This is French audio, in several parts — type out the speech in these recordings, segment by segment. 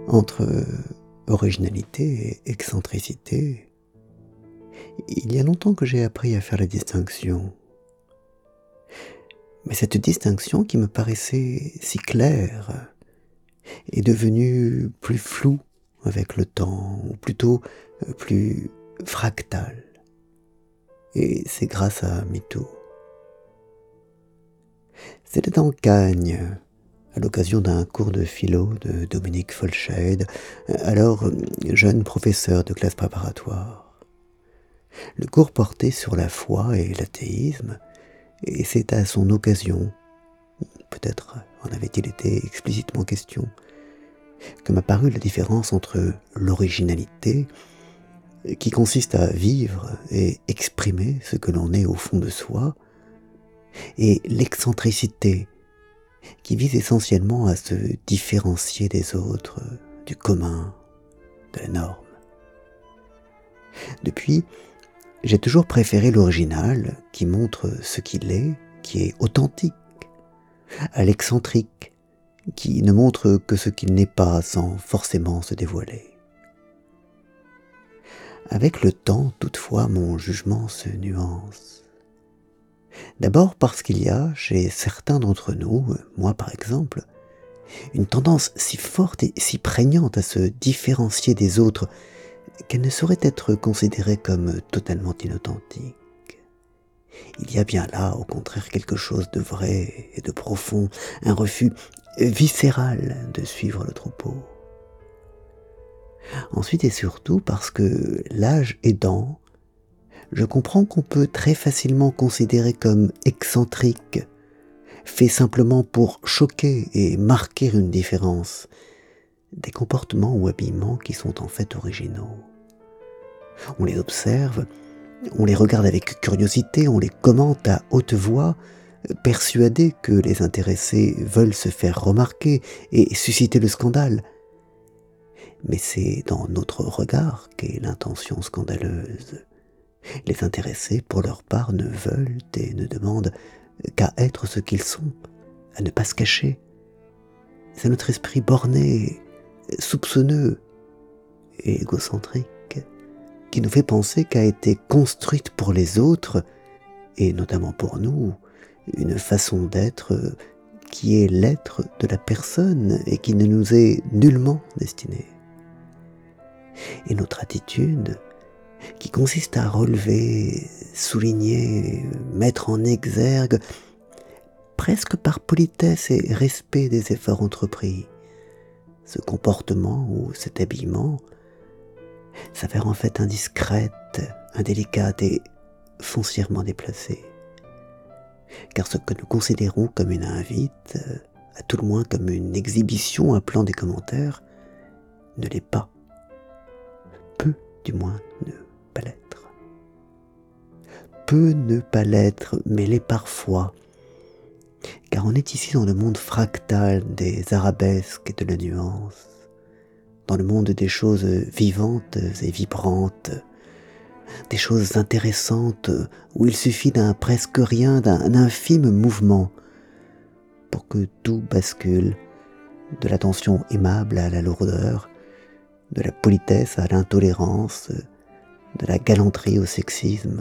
Entre originalité et excentricité, il y a longtemps que j'ai appris à faire la distinction. Mais cette distinction qui me paraissait si claire est devenue plus floue avec le temps, ou plutôt plus fractale. Et c'est grâce à MeToo. C'était en Cagne, à l'occasion d'un cours de philo de Dominique Folscheid, alors jeune professeur de classe préparatoire. Le cours portait sur la foi et l'athéisme, et c'est à son occasion, peut-être en avait-il été explicitement question, que m'apparut la différence entre l'originalité, qui consiste à vivre et exprimer ce que l'on est au fond de soi, et l'excentricité, qui vise essentiellement à se différencier des autres, du commun, de la norme. Depuis, j'ai toujours préféré l'original, qui montre ce qu'il est, qui est authentique, à l'excentrique, qui ne montre que ce qu'il n'est pas sans forcément se dévoiler. Avec le temps, toutefois, mon jugement se nuance. D'abord parce qu'il y a, chez certains d'entre nous, moi par exemple, une tendance si forte et si prégnante à se différencier des autres qu'elle ne saurait être considérée comme totalement inauthentique. Il y a bien là, au contraire, quelque chose de vrai et de profond, un refus viscéral de suivre le troupeau. Ensuite et surtout parce que, l'âge aidant, je comprends qu'on peut très facilement considérer comme excentrique, fait simplement pour choquer et marquer une différence, des comportements ou habillements qui sont en fait originaux. On les observe, on les regarde avec curiosité, on les commente à haute voix, persuadés que les intéressés veulent se faire remarquer et susciter le scandale. Mais c'est dans notre regard qu'est l'intention scandaleuse. Les intéressés, pour leur part, ne veulent et ne demandent qu'à être ce qu'ils sont, à ne pas se cacher. C'est notre esprit borné, soupçonneux et égocentrique qui nous fait penser qu'a été construite pour les autres, et notamment pour nous, une façon d'être qui est l'être de la personne et qui ne nous est nullement destinée. Et notre attitude, qui consiste à relever, souligner, mettre en exergue, presque par politesse et respect des efforts entrepris, ce comportement ou cet habillement, s'avère en fait indiscrète, indélicate et foncièrement déplacée. Car ce que nous considérons comme une invite, à tout le moins comme une exhibition appelant des commentaires, ne l'est pas. Peut, du moins, ne pas l'être. Peut ne pas l'être, mais l'est parfois. Car on est ici dans le monde fractal des arabesques et de la nuance, dans le monde des choses vivantes et vibrantes, des choses intéressantes où il suffit d'un presque rien, d'un infime mouvement pour que tout bascule, de l'attention aimable à la lourdeur, de la politesse à l'intolérance, de la galanterie au sexisme.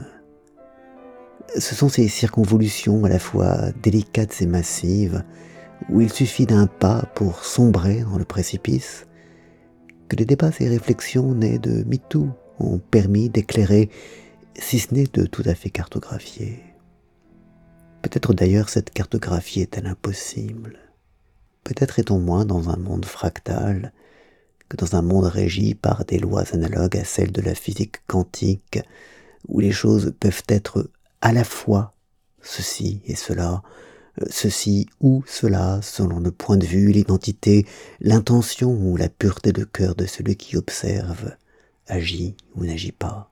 Ce sont ces circonvolutions à la fois délicates et massives, où il suffit d'un pas pour sombrer dans le précipice, que les débats et réflexions nés de MeToo ont permis d'éclairer, si ce n'est de tout à fait cartographier. Peut-être d'ailleurs cette cartographie est-elle impossible. Peut-être est-on moins dans un monde fractal que dans un monde régi par des lois analogues à celles de la physique quantique, où les choses peuvent être à la fois ceci et cela, ceci ou cela, selon le point de vue, l'identité, l'intention ou la pureté de cœur de celui qui observe, agit ou n'agit pas.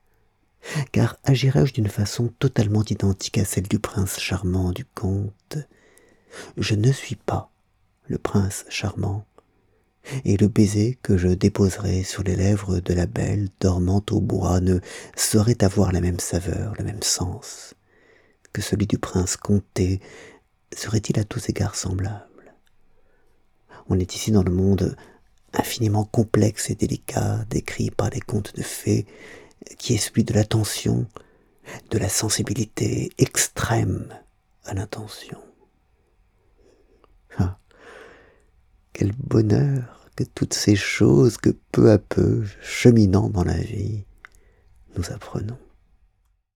Car agirais-je d'une façon totalement identique à celle du prince charmant du conte, je ne suis pas le prince charmant, et le baiser que je déposerai sur les lèvres de la belle dormant au bois ne saurait avoir la même saveur, le même sens que celui du prince comté. Serait-il à tous égards semblable? On est ici dans le monde infiniment complexe et délicat décrit par les contes de fées, qui est celui de l'attention, de la sensibilité extrême à l'intention. Ah, quel bonheur que toutes ces choses que peu à peu, cheminant dans la vie, nous apprenons.